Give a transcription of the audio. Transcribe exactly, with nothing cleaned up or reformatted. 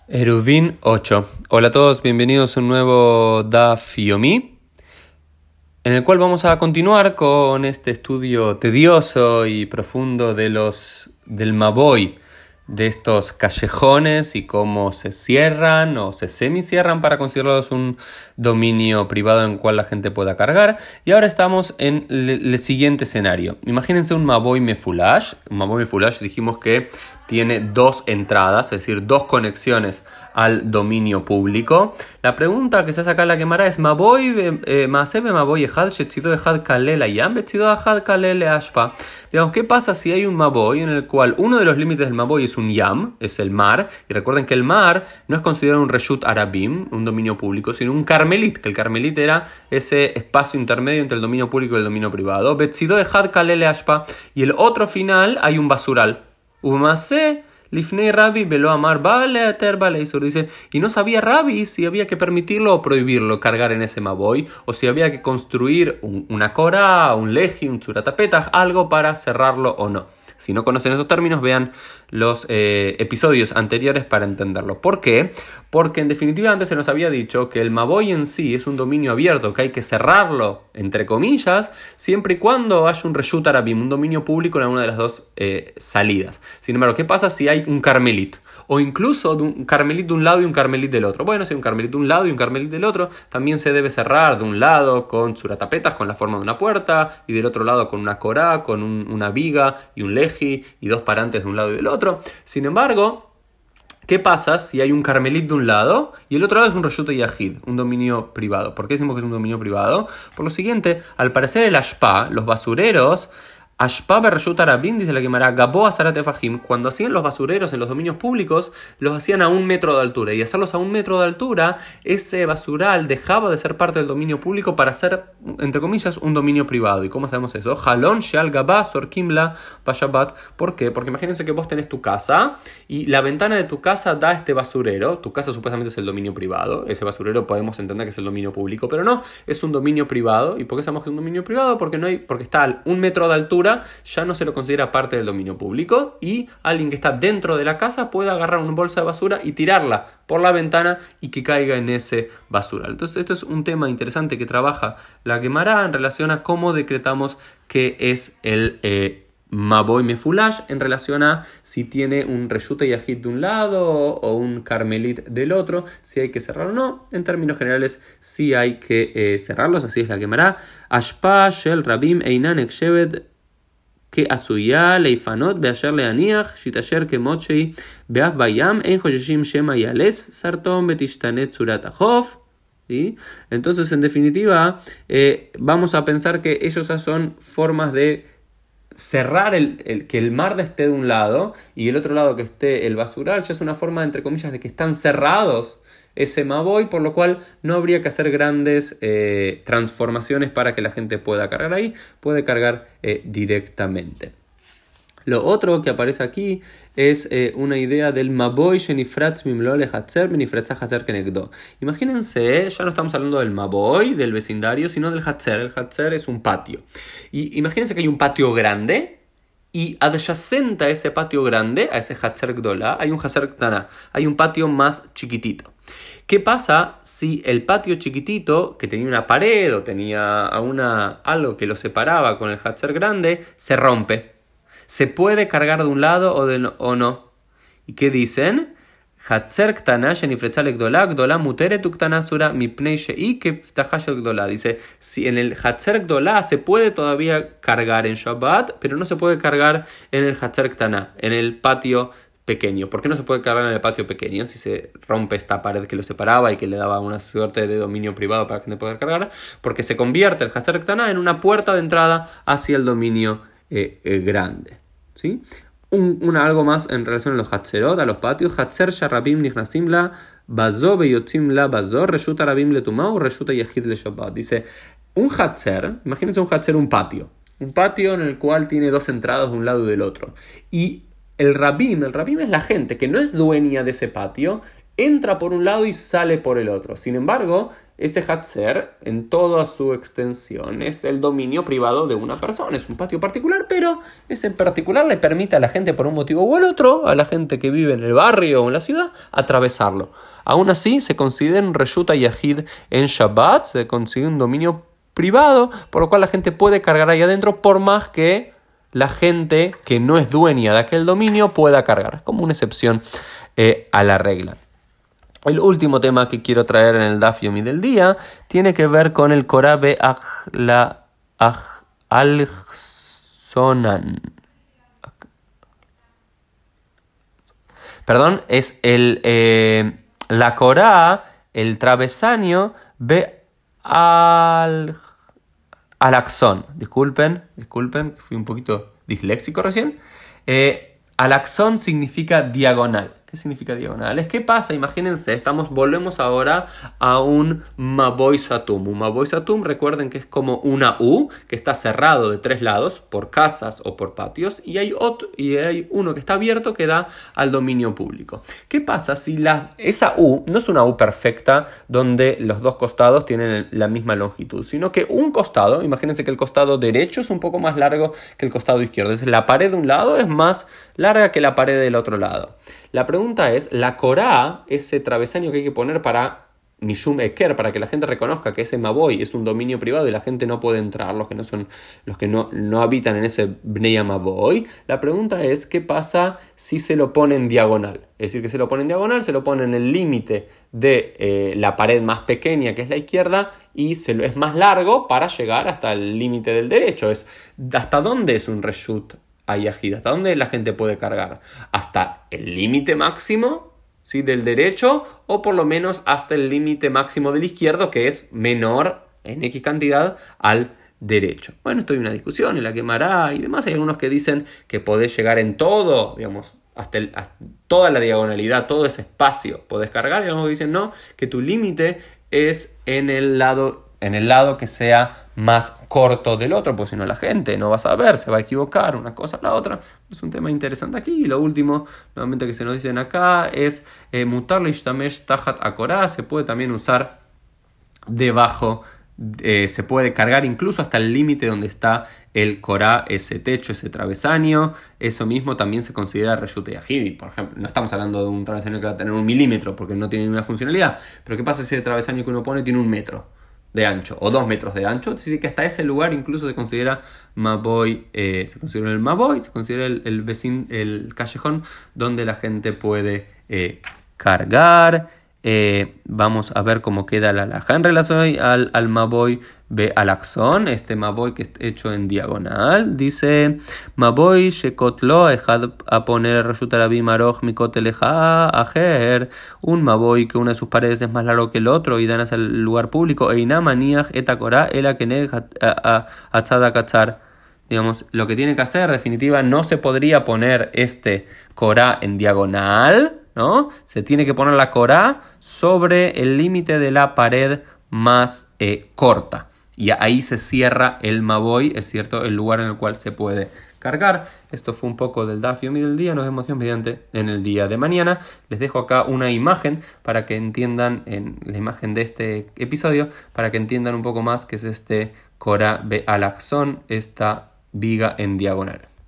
Eruvin ocho. Hola a todos, bienvenidos a un nuevo Daf Yomi, en el cual vamos a continuar con este estudio tedioso y profundo de los del Maboy, de estos callejones y cómo se cierran o se semicierran para considerarlos un dominio privado en el cual la gente pueda cargar. Y ahora estamos en el siguiente escenario. Imagínense un Maboy Mefulash. Un Maboy Mefulash dijimos que tiene dos entradas, es decir, dos conexiones al dominio público. La pregunta que se hace acá en la Gemara es Maboy Maasebe Maboy Ejad Shetzido Ejad Kalel Ayam Betzido Ejad Kalel Ashpa. Digamos, ¿qué pasa si hay un Maboy en el cual uno de los límites del Maboy es un Yam, es el mar? Y recuerden que el mar no es considerado un Reshut Arabim, un dominio público, sino un Carmelit, que el Carmelit era ese espacio intermedio entre el dominio público y el dominio privado. Betzido Ejad Kalel Ashpa. Y el otro final hay un basural. Umase Lifnei Rabbi velo amar vale ater baleisur. Dice, y no sabía Rabbi si había que permitirlo o prohibirlo cargar en ese Maboy, o si había que construir un, una Korah, un leji, un tzuratapetach, algo para cerrarlo o no. Si no conocen esos términos, vean los eh, episodios anteriores para entenderlo. ¿Por qué? Porque en definitiva antes se nos había dicho que el Maboy en sí es un dominio abierto, que hay que cerrarlo, entre comillas, siempre y cuando haya un Reshut Arabim, un dominio público en alguna de las dos eh, salidas. Sin embargo, ¿qué pasa si hay un Carmelit? O incluso de un Carmelit de un lado y un Carmelit del otro. Bueno, si hay un Carmelit de un lado y un Carmelit del otro, también se debe cerrar de un lado con tzuratapetach, con la forma de una puerta, y del otro lado con una Korah, con un, una viga y un leji, y dos parantes de un lado y del otro. Sin embargo, ¿qué pasa si hay un Carmelit de un lado y el otro lado es un Reshut Yahid, un dominio privado? ¿Por qué decimos que es un dominio privado? Por lo siguiente, al parecer el Ashpa, los basureros, Ashpa berreshut arabim, dice la Gemara, Gabo azarat efahim, cuando hacían los basureros en los dominios públicos, los hacían a un metro de altura, y hacerlos a un metro de altura, ese basural dejaba de ser parte del dominio público para ser, entre comillas, un dominio privado. ¿Y cómo sabemos eso? Jalón sheal gabá sorkimla bashabat. ¿Por qué? Porque imagínense que vos tenés tu casa y la ventana de tu casa da a este basurero. Tu casa supuestamente es el dominio privado, ese basurero podemos entender que es el dominio público, pero no, es un dominio privado. ¿Y por qué sabemos que es un dominio privado? Porque no hay, porque está a un metro de altura, ya no se lo considera parte del dominio público, y alguien que está dentro de la casa puede agarrar una bolsa de basura y tirarla por la ventana y que caiga en ese basural. Entonces esto es un tema interesante que trabaja la Gemara en relación a cómo decretamos que es el eh, Maboy Mefulash en relación a si tiene un Reshut Yahid de un lado o un Carmelit del otro, si hay que cerrarlo o no. En términos generales, sí hay que eh, cerrarlos, así es la Gemara. Ashpa shel rabim einan ekshevet que asuya leifanot beasher leaniach shitasher kemochei beaf bayam en joshishim shema yales sartom betishtanet surat achof. ¿Sí? Entonces, en definitiva, eh, vamos a pensar que ellos son formas de cerrar el, el que el mar esté de un lado y el otro lado que esté el basural. Ya es una forma, entre comillas, de que están cerrados ese Maboy, por lo cual no habría que hacer grandes eh, transformaciones para que la gente pueda cargar ahí, puede cargar eh, directamente. Lo otro que aparece aquí es eh, una idea del Maboy Shenifratz Mimlo Lehatzer Benifratz Hatzer Kenegdo. Imagínense, ya no estamos hablando del Maboy, del vecindario, sino del Hatzer. El Hatzer es un patio. Y imagínense que hay un patio grande, y adyacente a ese patio grande, a ese Hatzer Gdola, hay un Hatzer Ktana, hay un patio más chiquitito. ¿Qué pasa si el patio chiquitito, que tenía una pared o tenía una, algo que lo separaba con el Hatzer grande, se rompe? ¿Se puede cargar de un lado o, de no, o no? ¿Y qué dicen? Hatzer ktana shenifretzal gdola gdola muteret uktana sura mipnei shei keftahash gdola. Dice, si en el Hatzer gdola se puede todavía cargar en Shabbat, pero no se puede cargar en el Hatzer ktana, en el patio pequeño. ¿Por qué no se puede cargar en el patio pequeño si se rompe esta pared que lo separaba y que le daba una suerte de dominio privado para que no pueda cargar? Porque se convierte el Hatzer ktana en una puerta de entrada hacia el dominio eh, eh, grande. ¿Sí? Un, una, algo más en relación a los Hatzerot, a los patios. Hatzer sharabim nichnasim la bazo beyotzim la bazo reshut arabim letumau reshut yahid le Shabbat. Dice, un Hatzer, imagínense un Hatzer, un patio. Un patio en el cual tiene dos entradas de un lado y del otro. Y el rabim, el rabim es la gente que no es dueña de ese patio, entra por un lado y sale por el otro. Sin embargo, ese Hatzer, en toda su extensión, es el dominio privado de una persona. Es un patio particular, pero ese particular le permite a la gente, por un motivo u el otro, a la gente que vive en el barrio o en la ciudad, atravesarlo. Aún así, se considera un Reshut Yahid en Shabbat, se considera un dominio privado, por lo cual la gente puede cargar ahí adentro, por más que la gente que no es dueña de aquel dominio pueda cargar. Es como una excepción eh, a la regla. El último tema que quiero traer en el Daf Yomi del día tiene que ver con el Korah Be'Alzonan. Perdón, es el, eh, la Korah, el travesaño Be'Alaxón. Disculpen, disculpen, fui un poquito disléxico recién. Eh, Alaxón significa diagonal. ¿Qué significa diagonales? ¿Qué pasa? Imagínense, estamos, volvemos ahora a un Maboy Satum. Un Maboy Satum, recuerden que es como una U que está cerrado de tres lados por casas o por patios y hay, otro, y hay uno que está abierto que da al dominio público. ¿Qué pasa si la, esa U no es una U perfecta donde los dos costados tienen la misma longitud, sino que un costado, imagínense que el costado derecho es un poco más largo que el costado izquierdo. Es decir, la pared de un lado es más larga que la pared del otro lado. La pregunta es, la Korah, ese travesaño que hay que poner para Mishum Eker, para que la gente reconozca que ese Maboy es un dominio privado y la gente no puede entrar, los que no son, los que no, no habitan en ese Bnei Maboy. La pregunta es, ¿qué pasa si se lo pone en diagonal? Es decir, que se lo pone en diagonal, se lo pone en el límite de eh, la pared más pequeña, que es la izquierda, y se lo, es más largo para llegar hasta el límite del derecho. Es, ¿hasta dónde es un reshut Yahid? ¿Hasta dónde la gente puede cargar? ¿Hasta el límite máximo, ¿sí?, del derecho, o por lo menos hasta el límite máximo del izquierdo, que es menor en X cantidad al derecho? Bueno, esto hay una discusión en la Gemara y demás. Hay algunos que dicen que podés llegar en todo, digamos, hasta, el, hasta toda la diagonalidad, todo ese espacio podés cargar, y algunos que dicen no, que tu límite es en el lado en el lado que sea más corto del otro, pues si no la gente no va a saber, se va a equivocar una cosa a la otra. Es un tema interesante aquí. Y lo último, nuevamente, que se nos dicen acá es mutar leishtamesh tajat akorah, se puede también usar debajo, eh, se puede cargar incluso hasta el límite donde está el Korah, ese techo, ese travesaño. Eso mismo también se considera reshut yahid. Por ejemplo, no estamos hablando de un travesaño que va a tener un milímetro porque no tiene ninguna funcionalidad, pero ¿qué pasa si ese travesaño que uno pone tiene un metro de ancho o dos metros de ancho? Así que hasta ese lugar incluso se considera Maboy, eh, se considera el Maboy, se considera el, el vecino, el callejón donde la gente puede eh, cargar. Eh, vamos a ver cómo queda la halajá en relación al, al Maboy Be'Alaxón, este Maboy que es hecho en diagonal. Dice Maboy Shekotlo Ejad a poner Reshut Arabim Aroch Mikot Eleja Ajer, un Maboy que una de sus paredes es más largo que el otro y dan hacia el lugar público. Eina Maniach Eta Korah Ela Keneg Atzada Kachar. Digamos, lo que tiene que hacer, definitiva, no se podría poner este Korah en diagonal, ¿no? Se tiene que poner la Korah sobre el límite de la pared más eh, corta. Y ahí se cierra el Maboy, es cierto, el lugar en el cual se puede cargar. Esto fue un poco del Daf Yomi del día. Nos vemos mediante en el día de mañana. Les dejo acá una imagen para que entiendan, en la imagen de este episodio, para que entiendan un poco más qué es este Korah Be'Alaxón, esta viga en diagonal.